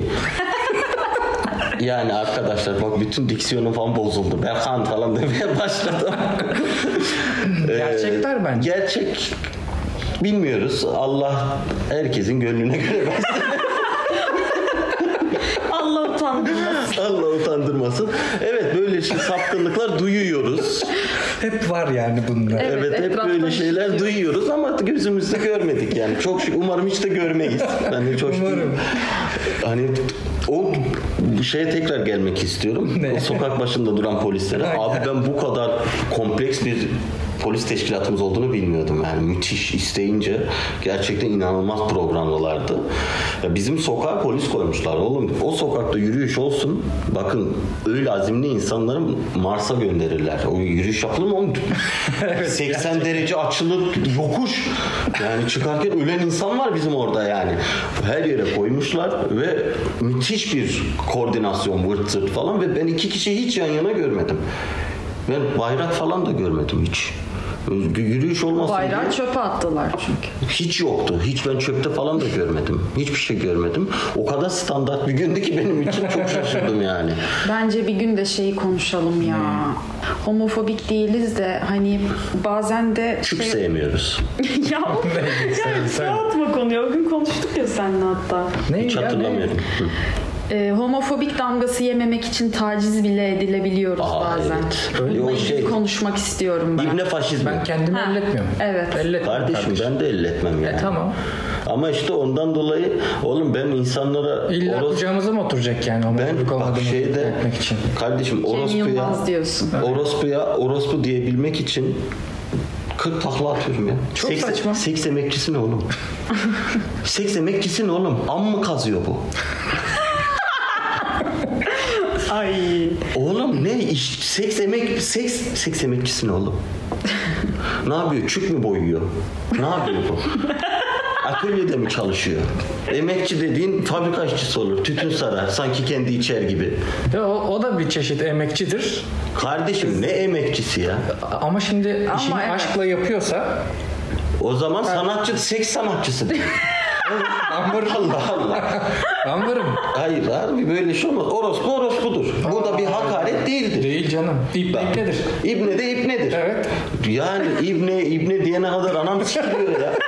Yani arkadaşlar bak bütün diksiyonum falan bozuldu. Berkan falan demeye başladım. Gerçekler bence. Gerçek bilmiyoruz. Allah herkesin gönlüne göre versin. Allah utandırmasın. Allah utandırmasın. Evet böyle şey, sapkınlıklar duyuyoruz. Hep var yani bunlar. Evet, Evet hep böyle şeyler şey. duyuyoruz ama gözümüzde görmedik yani. Çok şükür, umarım hiç de görmeyiz. Ben de çok Umarım. Hani o şeye tekrar gelmek istiyorum. Ne? O sokak başında duran polislere. Aynen. Abi ben bu kadar kompleks bir polis teşkilatımız olduğunu bilmiyordum yani. Müthiş, isteyince gerçekten inanılmaz programlılardı. Ya bizim sokağa polis koymuşlar oğlum. O sokakta yürüyüş olsun. Bakın öyle azimli insanları Mars'a gönderirler. O yürüyüş yapılır mı oğlum? Evet, seksen gerçekten. derece açılıp yokuş. Yani çıkarken ölen insan var bizim orada yani. Her yere koymuşlar ve müthiş bir koordinasyon, vırt zırt falan ve ben iki kişiyi hiç yan yana görmedim. Ben bayrak falan da görmedim hiç. Yürüyüş olmasın Bayrağı diye. çöpe attılar çünkü. Hiç yoktu. Hiç ben çöpte falan da görmedim. Hiçbir şey görmedim. O kadar standart bir gündü ki benim için çok şaşırdım yani. Bence bir gün de şeyi konuşalım ya. Homofobik değiliz de hani bazen de Çük şey... sevmiyoruz. ya sen- ya dağıtma konuyu. O gün konuştuk ya seninle hatta. Ne Hiç ya, hatırlamıyorum. Hı. Ee, homofobik damgası yememek için taciz bile edilebiliyoruz Aa, bazen. evet. Bununla O ilgili şey- konuşmak istiyorum ben. İbne faşizmi. Ben kendimi Ha, elletmiyorum. evet. Elletmiyorum Kardeşim kardeşim. ben de elletmem yani. E, tamam. Ama işte ondan dolayı oğlum ben insanlara İlla oros- kucağımıza mı oturacak yani? ben Homofobik bak olmadığını şeyde etmek için. kardeşim Cem orospuya Yılmaz diyorsun. orospuya orospu diyebilmek için kırk takla atıyorum ya. Çok seks, saçma. Seks emekçisi ne oğlum? Seks emekçisi ne oğlum? Am mı kazıyor bu? Ay. Oğlum ne iş? Seks emek seks seks emekçisi ne oğlum? Ne yapıyor? Çük mü boyuyor? Ne yapıyor bu? Atölyede mi çalışıyor? Emekçi dediğin fabrika işçisi olur. Tütün sarar. Sanki kendi içer gibi. Ya o, o da bir çeşit emekçidir. Kardeşim ne emekçisi ya? Ama şimdi Ama işini evet. aşkla yapıyorsa O zaman sanatçı seks sanatçısı değil. ben varım. Allah Allah. Ben varım. Hayır abi böyle şey olmaz. Orospu orospudur. Bu da bir hakaret değildir. Değil canım. İp, ip nedir? İbne de ibnedir. Evet. Yani ibne ibne diyene kadar anam sikiliyor ya.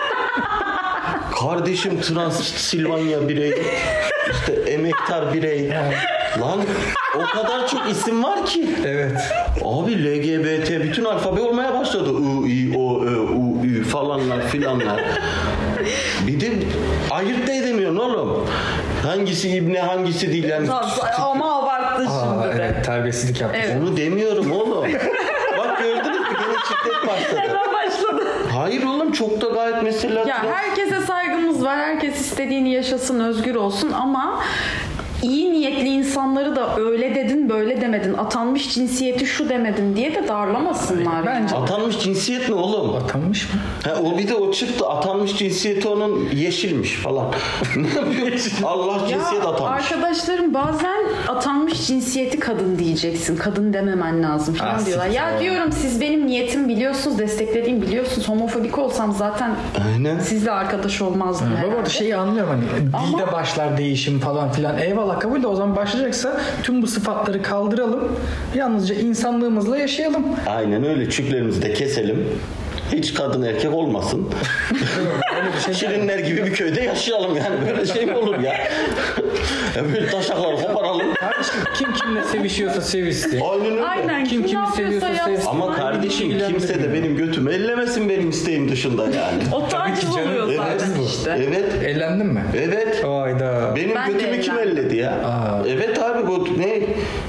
Kardeşim Transilvanya birey, işte emektar birey. Lan o kadar çok isim var ki. Evet. Abi L G B T bütün alfabe olmaya başladı. I, I, O, Ö, U, Ü falanlar filanlar. Bir de ayırt da edemiyorsun oğlum. Hangisi ibne hangisi değil yani. Ama abarttı Aa, şimdi de. evet, terbiyesizlik yaptı. Evet. Onu demiyorum oğlum. Bak gördünüz mü? Gene şiddet başladı. Hemen başladı. Hayır oğlum çok da gayet mesela. Ya herkese saygımız var. Herkes istediğini yaşasın, özgür olsun ama iyi niyetli insanları da öyle dedin böyle demedin. Atanmış cinsiyeti şu demedin diye de darlamasınlar. Bence- yani. Atanmış cinsiyet ne oğlum? Atanmış mı? Ha, o bir de o çıktı. Atanmış cinsiyeti onun yeşilmiş falan. Ne yapıyor? Allah cinsiyet Ya atanmış. arkadaşlarım bazen atanmış cinsiyeti kadın diyeceksin. Kadın dememen lazım falan Ah, diyorlar. siktir Ya ya. diyorum siz benim niyetim biliyorsunuz, desteklediğim biliyorsunuz. Homofobik olsam zaten Aynen. sizle arkadaş olmazdım Bu herhalde. arada şeyi anlıyorum hani Ama- dilde başlar değişim falan filan. Eyvallah kabul de o zaman başlayacaksa tüm bu sıfatları kaldıralım. Yalnızca insanlığımızla yaşayalım. Aynen öyle. Çüklerimizi de keselim. Hiç kadın erkek olmasın. Öyle bir şey Şirinler gibi bir köyde yaşayalım yani. Böyle şey mi olur ya? Ya böyle taşakları koparalım. Kardeşim kim kimle sevişiyorsa sevişsin. Aynen öyle. Aynen. Kim kimi yapıyorsa seviyorsa yapsın. sevsin. Ama kardeşim kimse de benim götümü ellemesin benim isteğim dışında yani. O taciz Tabii ki canım. oluyor Evet. zaten işte. Evet. Evlendin mi? Evet. Hayda. Benim Ben de götümü kim evlendim. elledi ya? Aa. Evet abi bu ne?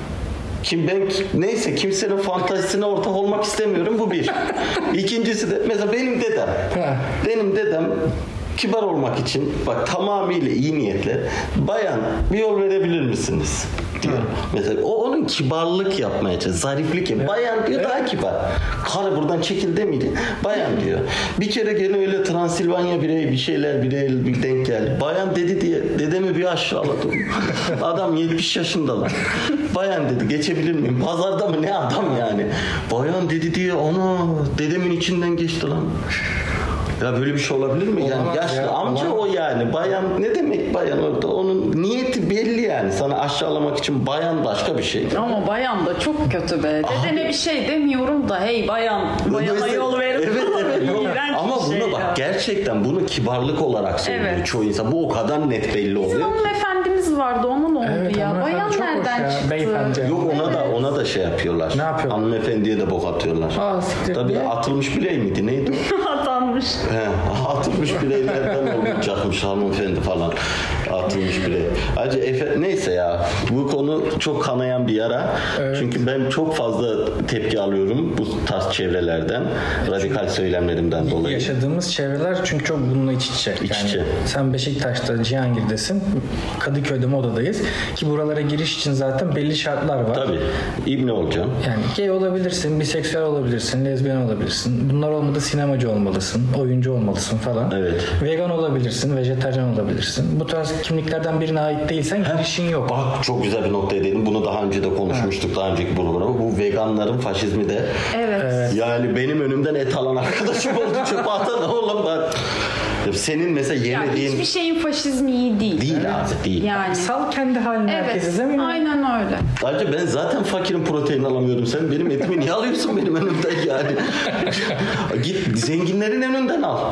Kim ben neyse kimsenin fantazisine ortak olmak istemiyorum, bu bir. İkincisi de mesela benim dedem. Ha. Benim dedem kibar olmak için bak tamamıyla iyi niyetle bayan bir yol verebilir misiniz diyor. Mesela o onun kibarlık yapmaya çalışıyor. Zariflik yapıyor. Bayan diyor daha kibar. Karı buradan çekil demeydi. Bayan diyor. Bir kere gene öyle Transilvanya birey bir şeyler birey bir denk geldi. Bayan dedi diye dedemi bir aşağıladım. Adam yetmiş yaşında lan. Bayan dedi geçebilir miyim? Pazarda mı ne adam yani? Bayan dedi diye ana dedemin içinden geçti lan. Ya böyle bir şey olabilir mi? Yani Olamaz yaşlı ya, amca olamaz. o yani. Bayan ne demek bayan orada? Onun niyeti belli yani. Sana aşağılamak için bayan başka bir şey. Ama bayan da çok kötü be. Dedene bir şey demiyorum da hey bayan, bayana Mesela- yol verin. Evet evet. Yok. İğrenç Ama bir bunu şey bak ya. gerçekten bunu kibarlık olarak söylüyor Evet. çoğu insan. Bu o kadar net belli Bizim oluyor. hanımefendimiz vardı, ona ne oldu Evet, ya? hanımefendi Bayan çok hoş nereden ya, çıktı? beyefendi. Yok ona da ona da şey yapıyorlar. Ne yapıyorlar? Hanımefendiye de bok atıyorlar. Aa, siktir. Tabii Niye? atılmış biley miydi? Neydi o? Atanmış. He, atılmış bireylerden olacakmış hanımefendi falan. Atılmış birey. Ayrıca efe, neyse ya bu konu çok kanayan bir yara. Evet. Çünkü ben çok fazla tepki alıyorum bu tarz çevrelerden. Radikal söylemlerimden dolayı. Yaşadığımız çevreler çünkü çok bununla iç içe. İç yani içe. Sen Beşiktaş'ta, Cihangir'desin. Kadıköy'de Moda'dayız. Ki buralara giriş için zaten belli şartlar var. Tabii. İbne olacaksın. Yani gay olabilirsin, biseksüel olabilirsin, lezbiyen olabilirsin. Bunlar olmadı sinemacı olmalısın, oyuncu olmalısın falan. Evet. Vegan olabilirsin, vejetaryen olabilirsin. Bu tarz kimliklerden birine ait değilsen girişin yok. Bak çok güzel bir noktaya değindin. Bunu daha önce de konuşmuştuk. Daha önceki programda. Bu veganların faşizmi de Evet. Evet. yani benim önümden et alan arkadaşım oldu. Çöpe atan oğlum bak. Senin mesela Ya yemediğin hiçbir şeyin faşizmi iyi değil. değil abi değil. Yani. Sal kendi haline Evet. herkese değil mi? Aynen öyle. Ayrıca ben zaten fakirim, protein alamıyordum. Sen benim etimi niye alıyorsun benim önümden yani? Git zenginlerin önünden al.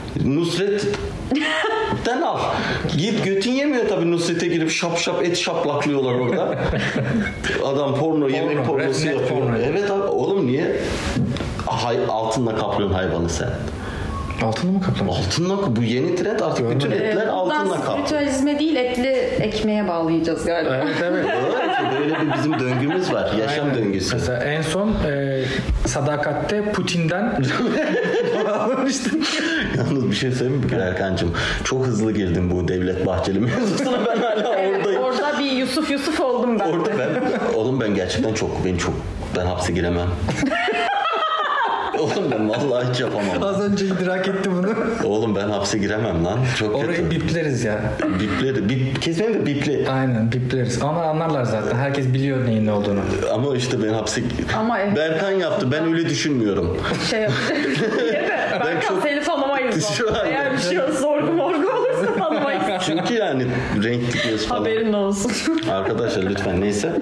Nusret'ten al. Git götün yemiyor tabii, Nusret'e girip şap şap et şaplaklıyorlar orada. Adam porno, yemek pornosu net yapıyor. porno. Evet abi oğlum niye hay, altınla kaplıyorsun hayvanı sen? Altını mı kaplamış? Altınla, bu yeni trend artık Görmedim. bütün etler Buradan altınla kaplıyor. spiritüalizme değil etli ekmeğe bağlayacağız galiba. Evet evet. Evet, böyle bir bizim döngümüz var. Yaşam Aynen. döngüsü. Mesela en son e, Sadakat'te Putin'den almıştım. Yalnız bir şey söyleyeyim mi Erkan'cığım? Çok hızlı girdim bu Devlet Bahçeli mevzusuna, ben hala Evet, oradayım. orada bir Yusuf Yusuf oldum ben. Orada ben, oğlum ben gerçekten çok, ben çok, ben hapse giremem. Oğlum ben vallahi hiç yapamam. Az önce idrak etti bunu. Oğlum ben hapse giremem lan. Çok Orayı kötü. bipleriz ya. Bipleri, bip, kesin de bipli. Aynen bipleriz. Ama anlarlar zaten. Herkes biliyor neyin ne olduğunu. Ama işte ben hapse... Ama evet. Berkan yaptı, ben öyle düşünmüyorum. Şey yapacağız diye de. Ben çok- seni tanımayız. Şu an- Eğer bir şey sorgu morgu olursa tanımayız. Çünkü yani renkli göz falan. Haberin olsun. Arkadaşlar lütfen neyse.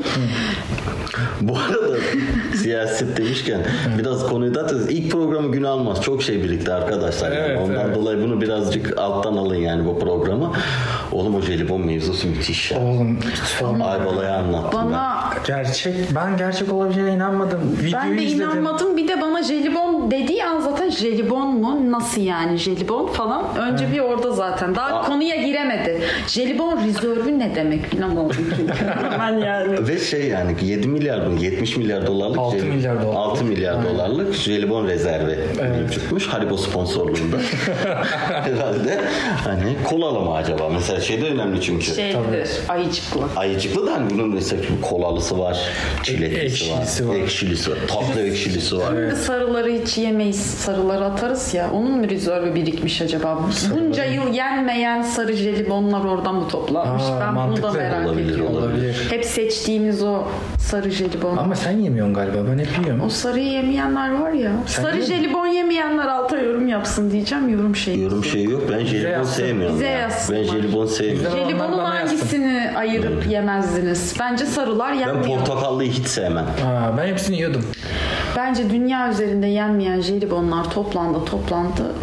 Bu arada siyaset demişken biraz konuyu da atacağız. İlk programı gün almaz. Çok şey birikti arkadaşlar. Yani. Evet, Ondan evet. dolayı bunu birazcık alttan alın yani bu programı. Oğlum o jelibon mevzusu müthiş ya. Oğlum Ayvalık'a anlattım Bana gerçek, ben gerçek olabileceğine inanmadım. Videoyu ben de izledim. inanmadım. Bir de bana jelibon dediği an zaten jelibon mu? Nasıl yani jelibon falan? Önce bir orada zaten. Daha Aa. konuya giremedi. Jelibon rezervü ne demek falan oldu çünkü. Hemen yani. ben. Ve şey yani yedi milyar mı yetmiş milyar dolarlık altı jelibon- milyar dolar. altı milyar Aynen. dolarlık jelibon rezervi mevcutmuş. Haribo sponsorluğunda. Herhalde hani kolalı mı acaba? Mesela şey de önemli çünkü. Şeydir. Ayıcıklı. Ayıcıklı da hani bunun mesela kolalısı var, çileklisi Ekşilisi var, var. ekşilisi var, tatlı ekşilisi var. Şimdi sarıları hiç yemeyiz. Sarıları atarız ya. Onun mu rezervü birikmiş acaba? Bunca yıl yenmeyen sarı jelibonlar oradan mı toplanmış? Aa, Ben bunu da mantıklı. merak Olabilir, ediyorum. olabilir. Hep seçtiğimiz o sarı jelibon. Ama sen yemiyorsun galiba. Ben hep yiyorum. O sarıyı yemeyenler var ya. Sen sarı yiyor musun? jelibon yemeyenler alta yorum yapsın diyeceğim. Yorum şey. Yorum şey yok. Ben jelibon yazsın. sevmiyorum. Bize ya. yazsın. Ben jelibon sevmiyorum. Güzel. Jelibonun Bana yazsın. hangisini ayırıp yemezdiniz? Bence sarılar Ben yenmiyor. portakallıyı hiç sevmem. Aa, ben hepsini yiyordum. Bence dünya üzerinde yenmeyen jelibonlar toplandı toplandı.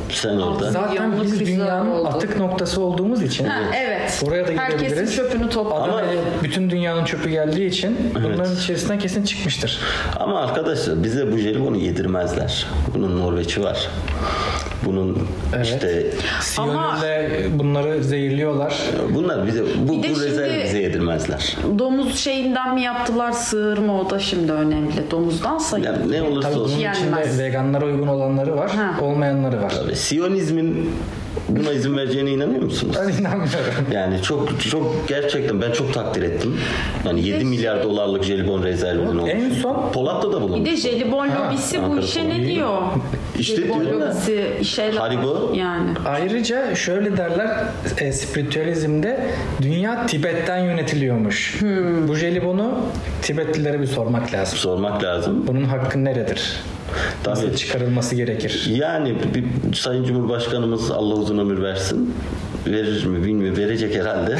Sen orada. Zaten Milyonluk biz pizza dünyanın oldu. atık noktası olduğumuz için Ha, evet. oraya da Herkesin gidebiliriz. çöpünü topladı. Ama Ama- bütün dünyanın çöpü geldiği için bunların Evet. içerisinden kesin çıkmıştır. Ama arkadaşlar bize bu jelibonu yedirmezler. Bunun Norveç'i var. Bunun Evet. işte Siyonürle bunları zehirliyorlar. bunlar bize bu, Bir de bu rezervi şimdi- bize yedirmezler. Domuz şeyinden mi yaptılar, sığır mı, o da şimdi önemli. Domuzdan sayılır. Yani ne olursa Tabii bunun olsun. Yenmez. içinde veganlara uygun olanları var, Ha. olmayanları var. Tabii, Siyonizmin buna izin vereceğine inanıyor musunuz? Ben inanmıyorum. Yani çok çok gerçekten ben çok takdir ettim. Yani yedi milyar dolarlık jelibon rezervinin olmuş. En son Polat'ta da bulunmuş. Bir de jelibon lobisi bu Ankara işe ne Polo. diyor? İşte jelibon diyorum ya. lobisi işe Haribo. yani. ayrıca şöyle derler, e, spiritüalizmde dünya Tibet'ten yönetiliyormuş. Bu jelibonu Tibetlilere bir sormak lazım. Sormak lazım. Bunun hakkı neredir? Nasıl Tabii. çıkarılması gerekir? Yani bir, Sayın Cumhurbaşkanımız Allah uzun ömür versin. Verir mi bilmiyorum. Verecek herhalde.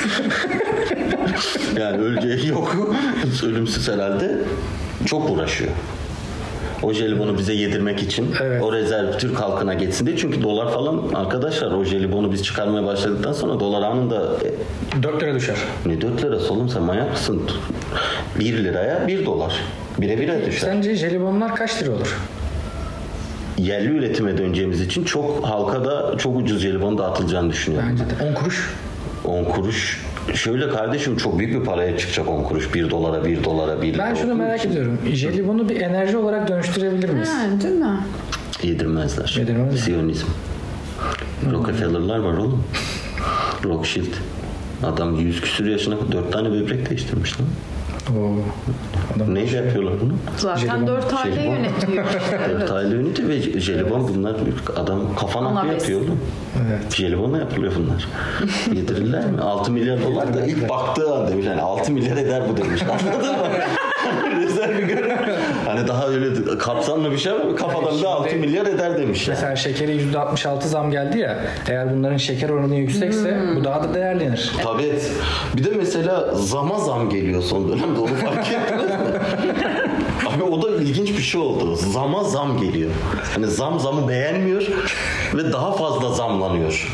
Yani öleceği yok. Ölümsüz herhalde. Çok uğraşıyor. O jelibonu bize yedirmek için, Evet. o rezerv Türk halkına geçsin diye. Çünkü dolar falan arkadaşlar o jelibonu biz çıkarmaya başladıktan sonra dolar anında dört lira düşer. ne dört lirası oğlum sen manyak mısın? bir liraya bir dolar. Bire bire düşer. Sence jelibonlar kaç lira olur? Yerli üretime döneceğimiz için çok halka da çok ucuz jelibon dağıtılacağını düşünüyorum. Bence de on kuruş. on kuruş. Şöyle kardeşim çok büyük bir paraya çıkacak on kuruş. bir dolara, bir dolara, bir lira. Ben şunu olduğu merak için ediyorum. Jelibonu bir enerji olarak dönüştürebilir miyiz? Ha, değil mi? Yedirmezler. Yedirmezler. Siyonizm. Rockefeller'lar var oğlum. Rothschild. Adam yüz küsür yaşına dört tane böbrek değiştirmiş lan. Oo. Adam Neyle yapıyorlar bunu? Zaten Jelibon- dört aile jelibon. yönetiyor. Dört Evet. aile yönetiyor ve jelibon bunlar adam kafa nakli Anabes. yapıyor oğlum. Evet. Jelibonla yapılıyor bunlar. Yedirirler mi? altı milyar dolar da ilk baktığı an demiş. Yani altı milyar eder bu demiş. Anladın mı? Rezervi görüp hani daha öyle kapsamlı bir şey var mı? Kafadan Yani da altı şimdi- milyar eder demiş. Yani. Mesela şekere yüzde altmış altı zam geldi ya. Eğer bunların şeker oranı yüksekse bu daha da değerlenir. Tabii. Bir de mesela zama zam geliyor son dönemde onu fark ettiniz mi? Abi o da ilginç bir şey oldu. Zama zam geliyor. Hani zam zamı beğenmiyor ve daha fazla zamlanıyor.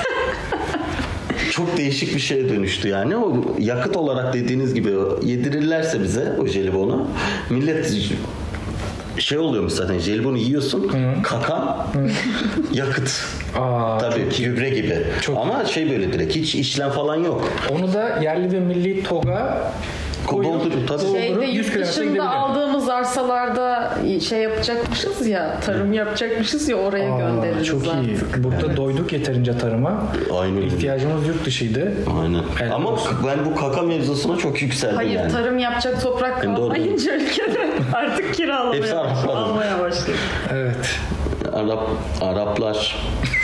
Çok değişik bir şeye dönüştü yani. O yakıt olarak dediğiniz gibi yedirirlerse bize o jelibonu millet şey oluyormuş zaten jelibonu yiyorsun kakan yakıt. Aa, Tabii gübre gibi. Çok Ama şey böyle direkt hiç işlem falan yok. Onu da yerli ve milli TOG'a koyup Doldurup tabii. Şeyde doldurup yüz yurt kilometre dışında gidebiliyor. aldığımız arsalarda şey yapacakmışız ya, tarım yapacakmışız ya, oraya Aa, göndeririz çok iyi. artık. Burada doyduk yeterince tarıma. Aynen öyle. İhtiyacımız yurt dışıydı. Aynen. Evet, Ama olsun. ben bu kaka mevzusuna çok yükseldim Hayır, yani. tarım yapacak toprak Hem doğru. kalmayınca ülkede artık Hepsi kiralamaya Araplar. almaya başladı. Evet. Arap Araplar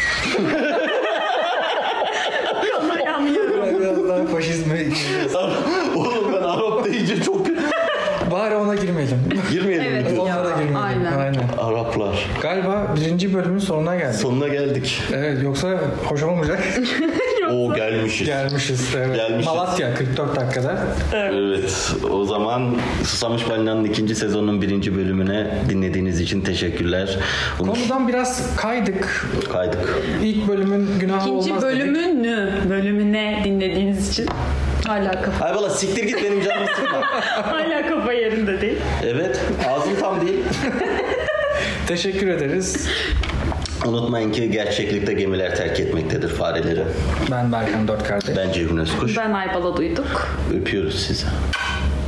Kana yanıyorum. Biraz daha faşizme oğlum ben Arap deyince çok bari ona girmeyelim. girmeyelim Evet. mi? Ona da girmeyelim. Aynen. Aynen. Araplar. Galiba birinci bölümün sonuna geldik. Sonuna geldik. Evet, yoksa hoş olmayacak. O gelmişiz. Gelmişiz. Evet. Gelmişiz. Malatya kırk dört dakikada. Evet. O zaman Susamış Balina'nın ikinci sezonun birinci bölümüne dinlediğiniz için teşekkürler. Bunu Konudan biraz kaydık. kaydık. İlk bölümün günahı İkinci olmaz dedik. bölümünü, bölümüne dinlediğiniz için hala kafa, Ay valla siktir git benim canımı sıkma. hala kafa yerinde değil. Evet. Ağzım tam değil. Teşekkür ederiz. Unutmayın ki gerçeklikte gemiler terk etmektedir fareleri. Ben Berkan Dört Kardeş. Ben Ceyhun Özkuş. Ben Aybal'a duyduk. Öpüyoruz sizi.